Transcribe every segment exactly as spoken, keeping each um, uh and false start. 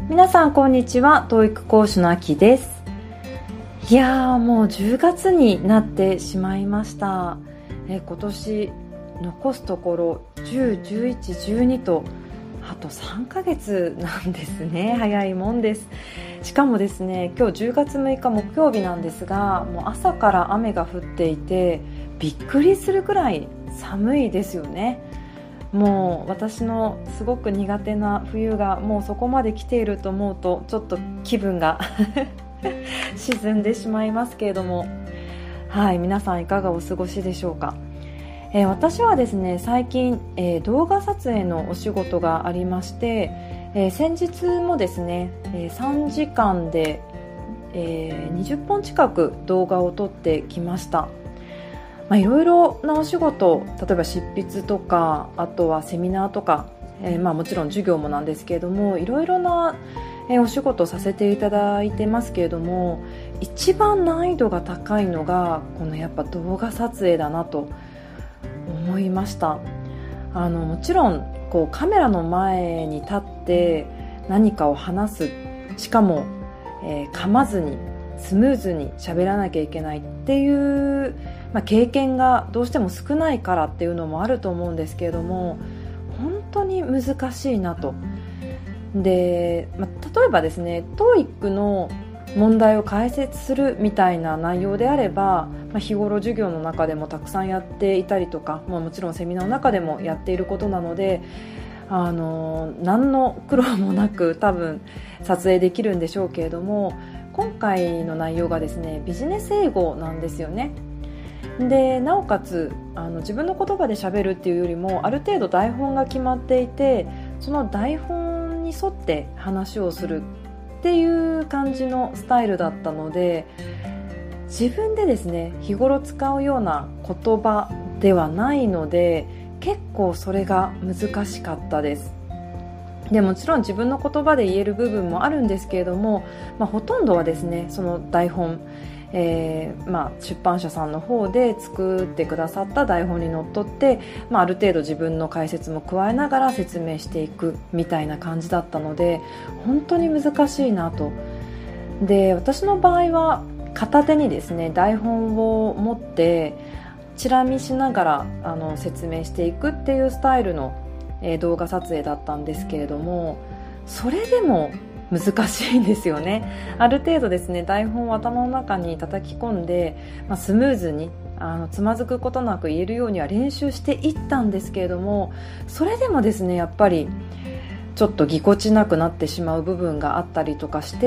皆さんこんにちは。 トーイック 講師のあきです。いやーもうじゅうがつになってしまいました。え今年残すところじゅう、じゅういち、じゅうにとあとさんかげつなんですね。早いもんです。しかもですね、今日じゅうがつむいか木曜日なんですが、もう朝から雨が降っていてびっくりするくらい寒いですよね。もう私のすごく苦手な冬がもうそこまで来ていると思うとちょっと気分が沈んでしまいますけれども、はい、皆さんいかがお過ごしでしょうか。えー、私はですね最近、えー、動画撮影のお仕事がありまして、えー、先日もですね、えー、さんじかんで、えー、にじゅっぽん近く動画を撮ってきました。まあ、いろいろなお仕事、例えば執筆とか、あとはセミナーとか、えーまあ、もちろん授業もなんですけれども、いろいろな、えー、お仕事をさせていただいてますけれども、一番難易度が高いのがこのやっぱ動画撮影だなと思いました。あのもちろんこうカメラの前に立って何かを話す、しかも、えー、噛まずにスムーズに喋らなきゃいけないっていう、まあ、経験がどうしても少ないからっていうのもあると思うんですけれども、本当に難しいなと。で、まあ、例えばですね トーイック の問題を解説するみたいな内容であれば、まあ、日頃授業の中でもたくさんやっていたりとか、まあ、もちろんセミナーの中でもやっていることなので、あの何の苦労もなく多分撮影できるんでしょうけれども、今回の内容がですねビジネス英語なんですよね。でなおかつあの自分の言葉で喋るっていうよりもある程度台本が決まっていて、その台本に沿って話をするっていう感じのスタイルだったので、自分でですね日頃使うような言葉ではないので結構それが難しかったです。でもちろん自分の言葉で言える部分もあるんですけれども、まあ、ほとんどはですねその台本、えーまあ、出版社さんの方で作ってくださった台本にのっとって、まあ、ある程度自分の解説も加えながら説明していくみたいな感じだったので、本当に難しいなと。で私の場合は片手にですね台本を持ってチラ見しながらあの説明していくっていうスタイルのえー、動画撮影だったんですけれども、それでも難しいんですよね。ある程度ですね台本を頭の中に叩き込んで、まあ、スムーズにあのつまずくことなく言えるようには練習していったんですけれども、それでもですねやっぱりちょっとぎこちなくなってしまう部分があったりとかして、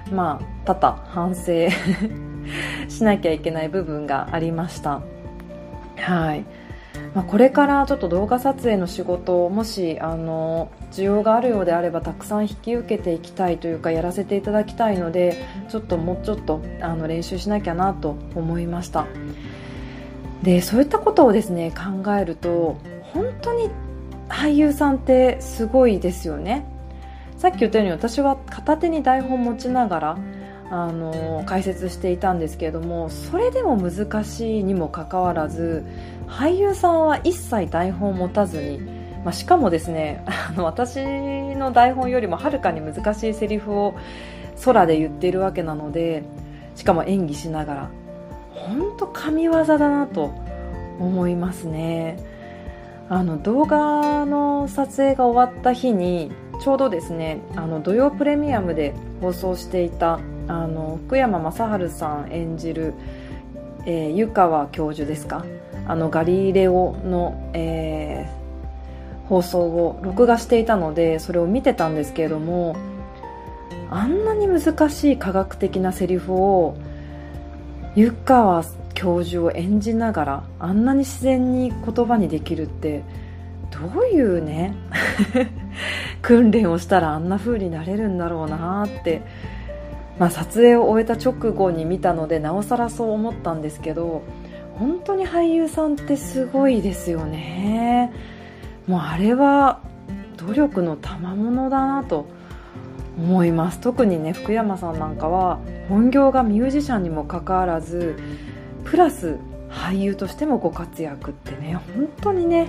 まあ多々反省しなきゃいけない部分がありました。はい。まあ、これからちょっと動画撮影の仕事をもしあの需要があるようであればたくさん引き受けていきたいというかやらせていただきたいので、ちょっともうちょっとあの練習しなきゃなと思いました。でそういったことをですね考えると本当に俳優さんってすごいですよね。さっき言ったように私は片手に台本持ちながらあの解説していたんですけれども、それでも難しいにもかかわらず俳優さんは一切台本を持たずに、まあ、しかもですねあの私の台本よりもはるかに難しいセリフを空で言っているわけなので、しかも演技しながら本当神業だなと思いますね。あの動画の撮影が終わった日にちょうどですねあの土曜プレミアムで放送していたあの福山雅治さん演じる、えー、湯川教授ですか、あのガリレオの、えー、放送を録画していたのでそれを見てたんですけれども、あんなに難しい科学的なセリフを湯川教授を演じながらあんなに自然に言葉にできるってどういうね訓練をしたらあんな風になれるんだろうなって、まあ、撮影を終えた直後に見たのでなおさらそう思ったんですけど、本当に俳優さんってすごいですよね。もうあれは努力の賜物だなと思います。特にね福山さんなんかは本業がミュージシャンにもかかわらずプラス俳優としてもご活躍ってね、本当にね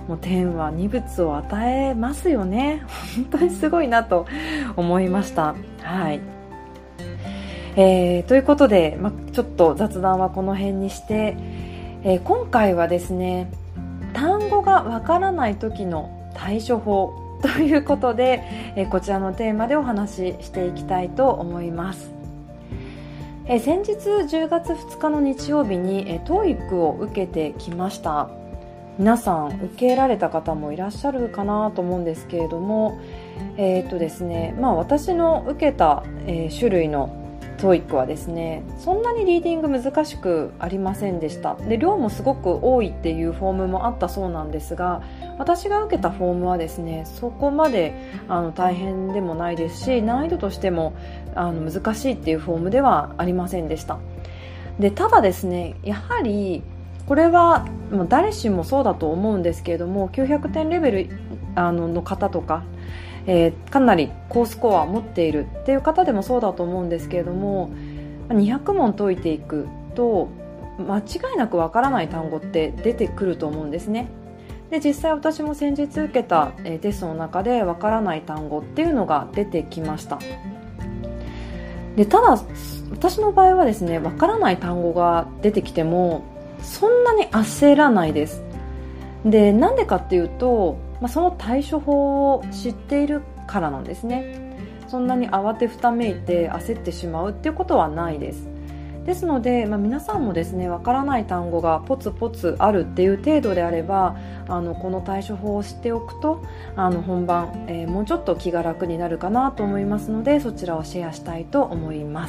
もう天は二物を与えますよね。本当にすごいなと思いました。はい。えー、ということで、ま、ちょっと雑談はこの辺にして、えー、今回はですね、単語がわからない時の対処法ということで、えー、こちらのテーマでお話ししていきたいと思います。えー、先日じゅうがつふつかの日曜日に、えー、トーイック を受けてきました。皆さん受けられた方もいらっしゃるかなと思うんですけれども、えーとですねまあ、私の受けた、えー、種類のトーイック はですね、そんなにリーディング難しくありませんでした。で、量もすごく多いっていうフォームもあったそうなんですが、私が受けたフォームはですね、そこまであの大変でもないですし、難易度としてもあの難しいっていうフォームではありませんでした。で、ただですね、やはりこれはもう誰しもそうだと思うんですけれども、きゅうひゃくてんレベルあのの方とか、えー、かなり高スコアを持っているっていう方でもそうだと思うんですけれども、にひゃくもん解いていくと間違いなくわからない単語って出てくると思うんですね。で、実際私も先日受けた、えー、テストの中でわからない単語っていうのが出てきました。で、ただ私の場合はですね、わからない単語が出てきてもそんなに焦らないです。で、なんでかっていうと、まあ、その対処法を知っているからなんですね。そんなに慌てふためいて焦ってしまうっていうことはないです。ですので、まあ、皆さんもですね、わからない単語がポツポツあるっていう程度であれば、あのこの対処法を知っておくと、あの本番、えー、もうちょっと気が楽になるかなと思いますので、そちらをシェアしたいと思います。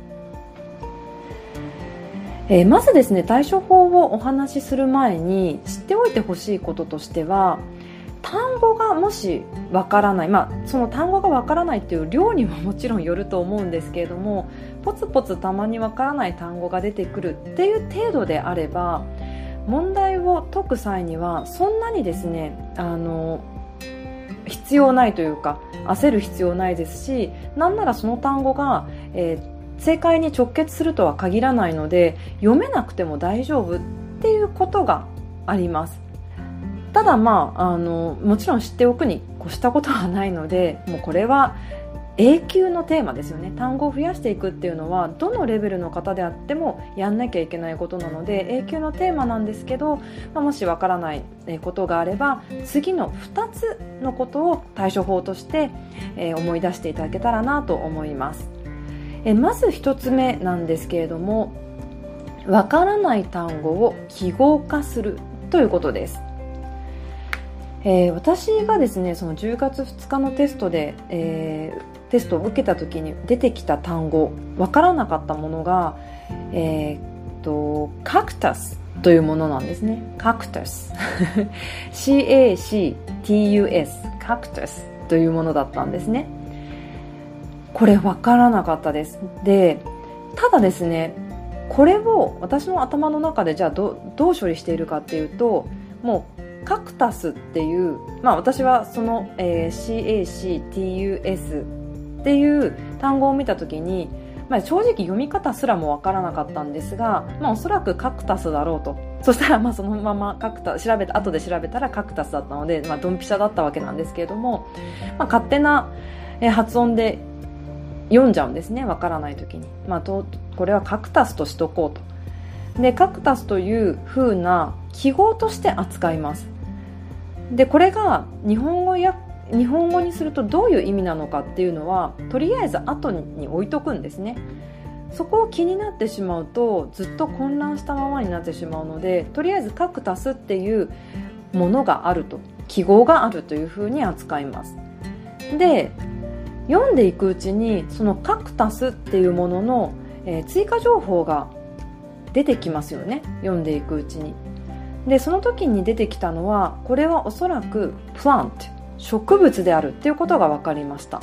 えー、まずですね、対処法をお話しする前に知っておいてほしいこととしては、単語がもしわからない、まあ、その単語がわからないっていう量にももちろんよると思うんですけれども、ポツポツたまにわからない単語が出てくるっていう程度であれば、問題を解く際にはそんなにですね、あの必要ないというか、焦る必要ないですし、なんならその単語が、えー正解に直結するとは限らないので、読めなくても大丈夫っていうことがあります。ただ、まあ、あのもちろん知っておくに越したことはないので、もうこれは永久のテーマですよね。単語を増やしていくっていうのはどのレベルの方であってもやんなきゃいけないことなので、永久のテーマなんですけど、まあ、もしわからないことがあれば、次のふたつのことを対処法として、えー、思い出していただけたらなと思います。えまず一つ目なんですけれども、わからない単語を記号化するということです。えー、私がですね、そのじゅうがつふつかのテストで、えー、テストを受けた時に出てきた単語、わからなかったものが、えー、とカクタスというものなんですね。カクタスシーエーシーティーユーエス カクタスというものだったんですね。これ分からなかったです。で、ただですね、これを私の頭の中でじゃあ ど, どう処理しているかっていうと、もうカクタスっていう、まあ私はその、えー、シーエーシーティーユーエス っていう単語を見たときに、まあ、正直読み方すらも分からなかったんですが、まあ、おそらくカクタスだろうと。そしたらまあそのままカクタ調べた後で調べたらカクタスだったので、まあ、ドンピシャだったわけなんですけれども、まあ、勝手な発音で読んじゃうんですね、わからないときに。まあ、とこれはカクタスとしとこうと。で、カクタスという風な記号として扱います。で、これが日本語や日本語にするとどういう意味なのかっていうのは、とりあえず後に置いとくんですね。そこを気になってしまうとずっと混乱したままになってしまうので、とりあえずカクタスっていうものがあると、記号があるという風に扱います。で、読んでいくうちにそのカクタスっていうものの、えー、追加情報が出てきますよね、読んでいくうちに。で、その時に出てきたのは、これはおそらくプラント、植物であるっていうことが分かりました。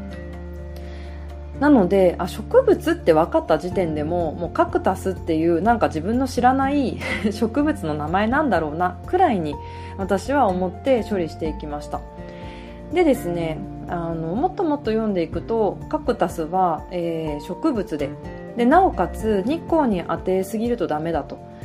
なので、あ、植物って分かった時点でも、もうカクタスっていうなんか自分の知らない植物の名前なんだろうなくらいに私は思って処理していきました。でですね、あのもっともっと読んでいくと、カクタスは、えー、植物で、でなおかつ日光に当てすぎるとダメだと。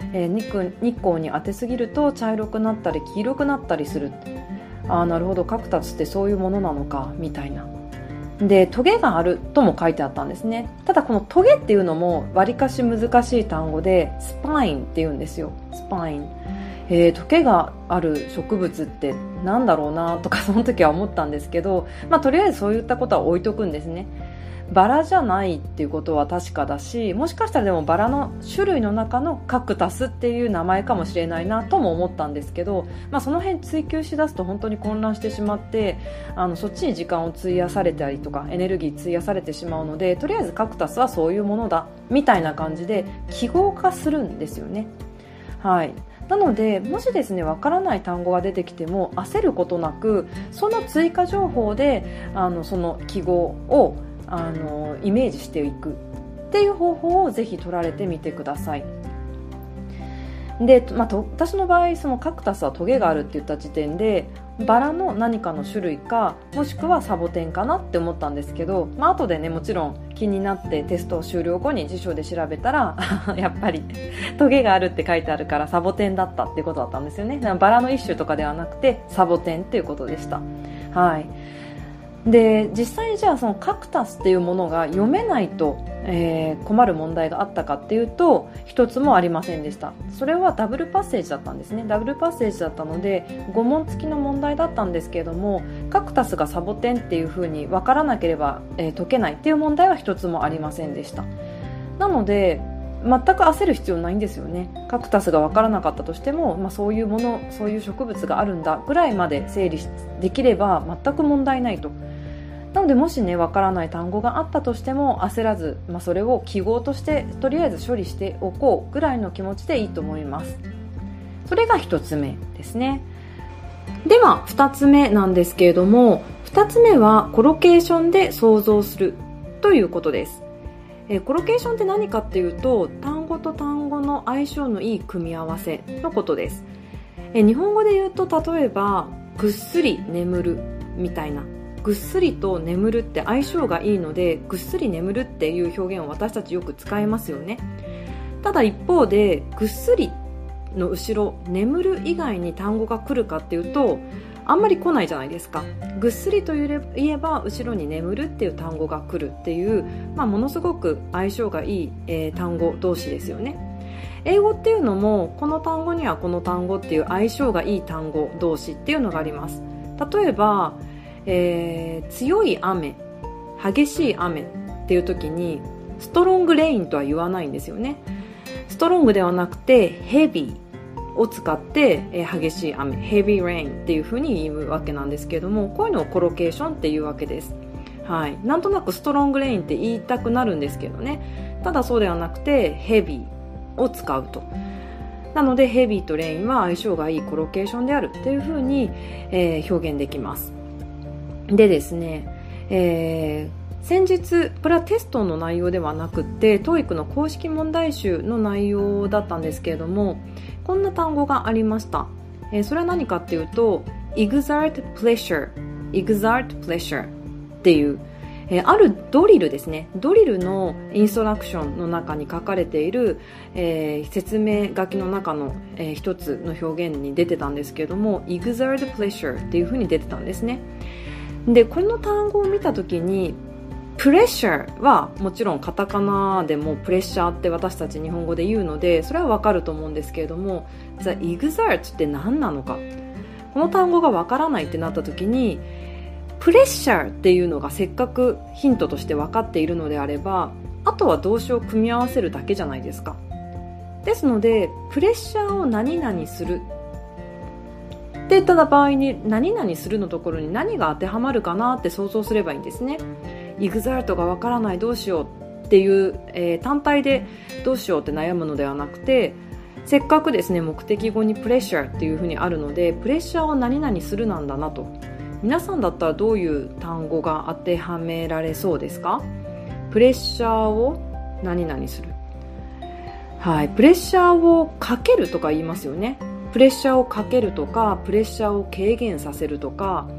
えー、日, 日光に当てすぎると茶色くなったり黄色くなったりする。ああ、なるほど、カクタスってそういうものなのかみたいな。で、トゲがあるとも書いてあったんですね。ただこのトゲっていうのもわりかし難しい単語で、スパインっていうんですよ。スパイン、えー、トゲがある植物ってなんだろうなとか、その時は思ったんですけど、まあ、とりあえずそういったことは置いとくんですね。バラじゃないっていうことは確かだし、もしかしたらでもバラの種類の中のカクタスっていう名前かもしれないなとも思ったんですけど、まあ、その辺追求しだすと本当に混乱してしまって、あのそっちに時間を費やされたりとかエネルギー費やされてしまうので、とりあえずカクタスはそういうものだみたいな感じで記号化するんですよね。はい、なのでもしですね、わからない単語が出てきても焦ることなく、その追加情報であのその記号をあのイメージしていくっていう方法をぜひ取られてみてください。で、まあ、と私の場合そのカクタスはトゲがあるって言った時点でバラの何かの種類か、もしくはサボテンかなって思ったんですけど、まあ後でね、もちろん気になってテスト終了後に辞書で調べたらやっぱりトゲがあるって書いてあるからサボテンだったってことだったんですよね。バラの一種とかではなくてサボテンっていうことでした。はい。で、実際にじゃあそのカクタスっていうものが読めないと、えー、困る問題があったかっていうと、一つもありませんでした。それはダブルパッセージだったんですね。ダブルパッセージだったのでご問付きの問題だったんですけれども、カクタスがサボテンっていう風に分からなければ、えー、解けないっていう問題は一つもありませんでした。なので全く焦る必要ないんですよね。カクタスが分からなかったとしても、まあ、そういうもの、そういう植物があるんだぐらいまで整理できれば全く問題ないと。なのでもしね、わからない単語があったとしても焦らず、まあ、それを記号としてとりあえず処理しておこうぐらいの気持ちでいいと思います。それが一つ目ですね。では二つ目なんですけれども、二つ目はコロケーションで想像するということです。えー、コロケーションって何かっていうと、単語と単語の相性のいい組み合わせのことです。えー、日本語で言うと、例えばぐっすり眠るみたいな、ぐっすりと眠るって相性がいいので、ぐっすり眠るっていう表現を私たちよく使いますよね。ただ一方で、ぐっすりの後ろ、眠る以外に単語が来るかっていうと、あんまり来ないじゃないですか。ぐっすりと言えば後ろに眠るっていう単語が来るっていう、まあ、ものすごく相性がいい、えー、単語同士ですよね。英語っていうのも、この単語にはこの単語っていう相性がいい単語同士っていうのがあります。例えばえー、強い雨、激しい雨っていう時にストロングレインとは言わないんですよね。ストロングではなくてヘビーを使って、えー、激しい雨、ヘビーレインっていう風に言うわけなんですけれども、こういうのをコロケーションっていうわけです。はい、なんとなくストロングレインって言いたくなるんですけどね。ただそうではなくてヘビーを使うと。なのでヘビーとレインは相性がいいコロケーションであるっていう風に、えー、表現できます。でですね、えー、先日、これはテストの内容ではなくて トーイック の公式問題集の内容だったんですけれども、こんな単語がありました。えー、それは何かっていうと exert pleasure exert pleasure っていう、えー、あるドリルですね。ドリルのインストラクションの中に書かれている、えー、説明書きの中の、えー、一つの表現に出てたんですけれども exert pleasure っていう風に出てたんですね。で、この単語を見たときに、プレッシャーはもちろんカタカナでもプレッシャーって私たち日本語で言うので、それはわかると思うんですけれども、じゃあ exert って何なのか、この単語がわからないってなったときに、プレッシャーっていうのがせっかくヒントとして分かっているのであれば、あとは動詞を組み合わせるだけじゃないですか。ですので、プレッシャーを何々するって言った場合に、何々するのところに何が当てはまるかなって想像すればいいんですね。exert がわからない、どうしようっていう、えー、単体でどうしようって悩むのではなくて、せっかくですね、目的語にプレッシャーっていう風にあるので、プレッシャーを何々するなんだなと。皆さんだったらどういう単語が当てはめられそうですか？プレッシャーを何々する。はい、プレッシャーをかけるとか言いますよね。プレッシャーをかけるとか、プレッシャーを軽減させるとか、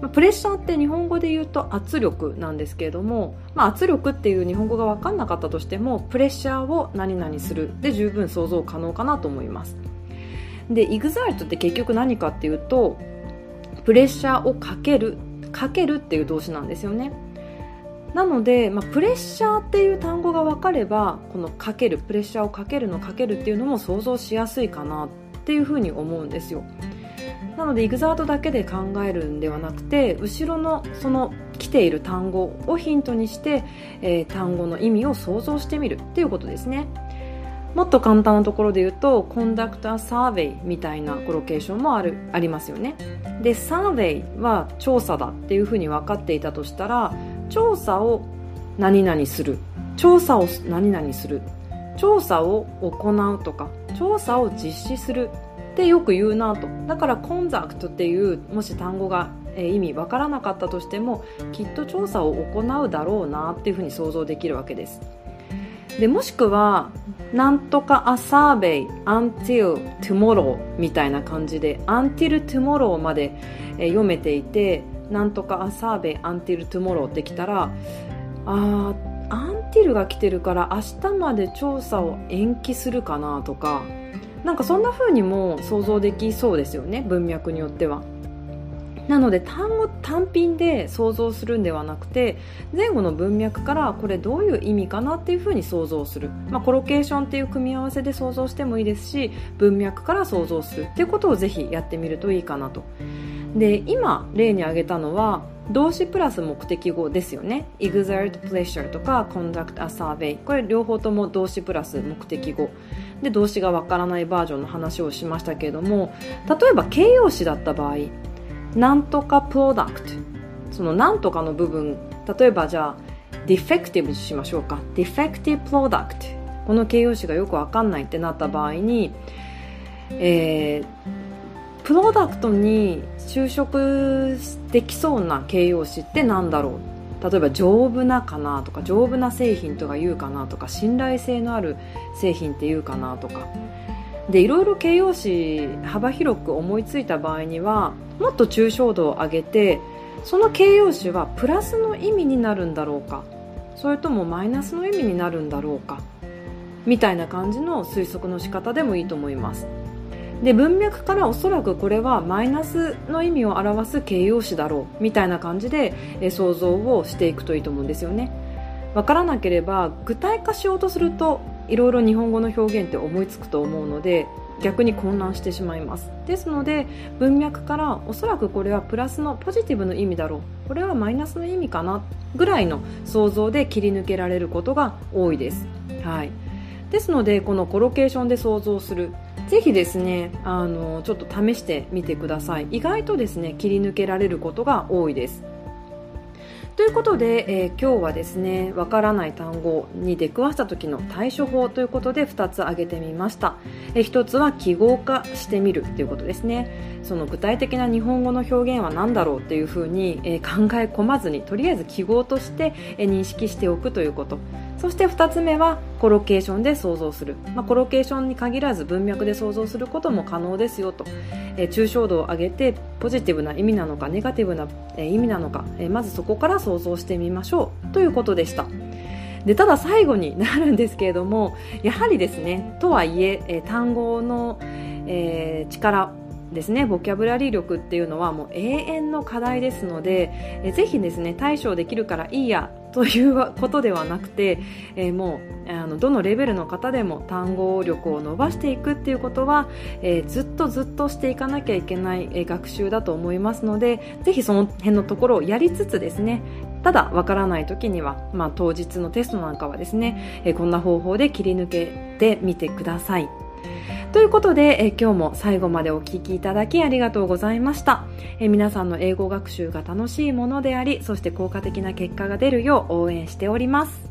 まあ、プレッシャーって日本語で言うと圧力なんですけれども、まあ、圧力っていう日本語が分かんなかったとしてもプレッシャーを何々するで十分想像可能かなと思います。で exert って結局何かっていうとプレッシャーをかけるかけるっていう動詞なんですよね。なので、まあ、プレッシャーっていう単語が分かればこのかけるプレッシャーをかけるのかけるっていうのも想像しやすいかなっていうふうに思うんですよ。なのでエグザートだけで考えるんではなくて後ろのその来ている単語をヒントにして、えー、単語の意味を想像してみるっていうことですね。もっと簡単なところで言うと conduct a survey みたいなコロケーションもあるありますよね。で survey は調査だっていうふうに分かっていたとしたら調査を何々する調査を何々する調査を行うとか調査を実施するってよく言うなと。だからコンダクトっていうもし単語が意味わからなかったとしてもきっと調査を行うだろうなっていうふうに想像できるわけです。でもしくはなんとか a survey until tomorrow みたいな感じで until tomorrow まで読めていてなんとか a survey until tomorrow ってきたらあー until が来てるから明日まで調査を延期するかなとかなんかそんな風にも想像できそうですよね、文脈によっては。なので単語単品で想像するんではなくて前後の文脈からこれどういう意味かなっていう風に想像する、まあ、コロケーションっていう組み合わせで想像してもいいですし文脈から想像するっていうことをぜひやってみるといいかなと。で今例に挙げたのは動詞プラス目的語ですよね。 exert pleasure とか conduct a survey これ両方とも動詞プラス目的語で動詞がわからないバージョンの話をしましたけれども例えば形容詞だった場合なんとかプロダクトそのなんとかの部分例えばじゃあ defective にしましょうか defective product この形容詞がよくわかんないってなった場合に、えー、プロダクトに就職できそうな形容詞ってなんだろう。例えば丈夫なかなとか丈夫な製品とか言うかなとか信頼性のある製品って言うかなとかでいろいろ形容詞幅広く思いついた場合にはもっと抽象度を上げてその形容詞はプラスの意味になるんだろうかそれともマイナスの意味になるんだろうかみたいな感じの推測の仕方でもいいと思います。で文脈からおそらくこれはマイナスの意味を表す形容詞だろうみたいな感じでえ想像をしていくといいと思うんですよね。わからなければ具体化しようとするといろいろ日本語の表現って思いつくと思うので逆に混乱してしまいます。ですので文脈からおそらくこれはプラスのポジティブの意味だろうこれはマイナスの意味かなぐらいの想像で切り抜けられることが多いです。はい、ですのでこのコロケーションで想像するぜひですねあのちょっと試してみてください。意外とですね切り抜けられることが多いです。ということで、えー、今日はですねわからない単語に出くわした時の対処法ということでふたつ挙げてみました。えー、ひとつは記号化してみるということですね。その具体的な日本語の表現は何だろうっていうふうに、えー、考え込まずにとりあえず記号として、えー、認識しておくということ。そしてふたつめはコロケーションで想像する、まあ、コロケーションに限らず文脈で想像することも可能ですよと、えー、抽象度を上げてポジティブな意味なのかネガティブな、えー、意味なのか、えー、まずそこから想像してみましょうということでした。でただ最後になるんですけれどもやはりですねとはいええー、単語の、えー、力ですねボキャブラリー力っていうのはもう永遠の課題ですので、えぜひですね対処できるからいいやということではなくて、えー、もうあのどのレベルの方でも単語力を伸ばしていくっていうことは、えー、ずっとずっとしていかなきゃいけない、えー、学習だと思いますのでぜひその辺のところをやりつつですねただわからない時には、まあ、当日のテストなんかはですね、えー、こんな方法で切り抜けてみてください。ということで、え今日も最後までお聞きいただきありがとうございました。え皆さんの英語学習が楽しいものであり、そして効果的な結果が出るよう応援しております。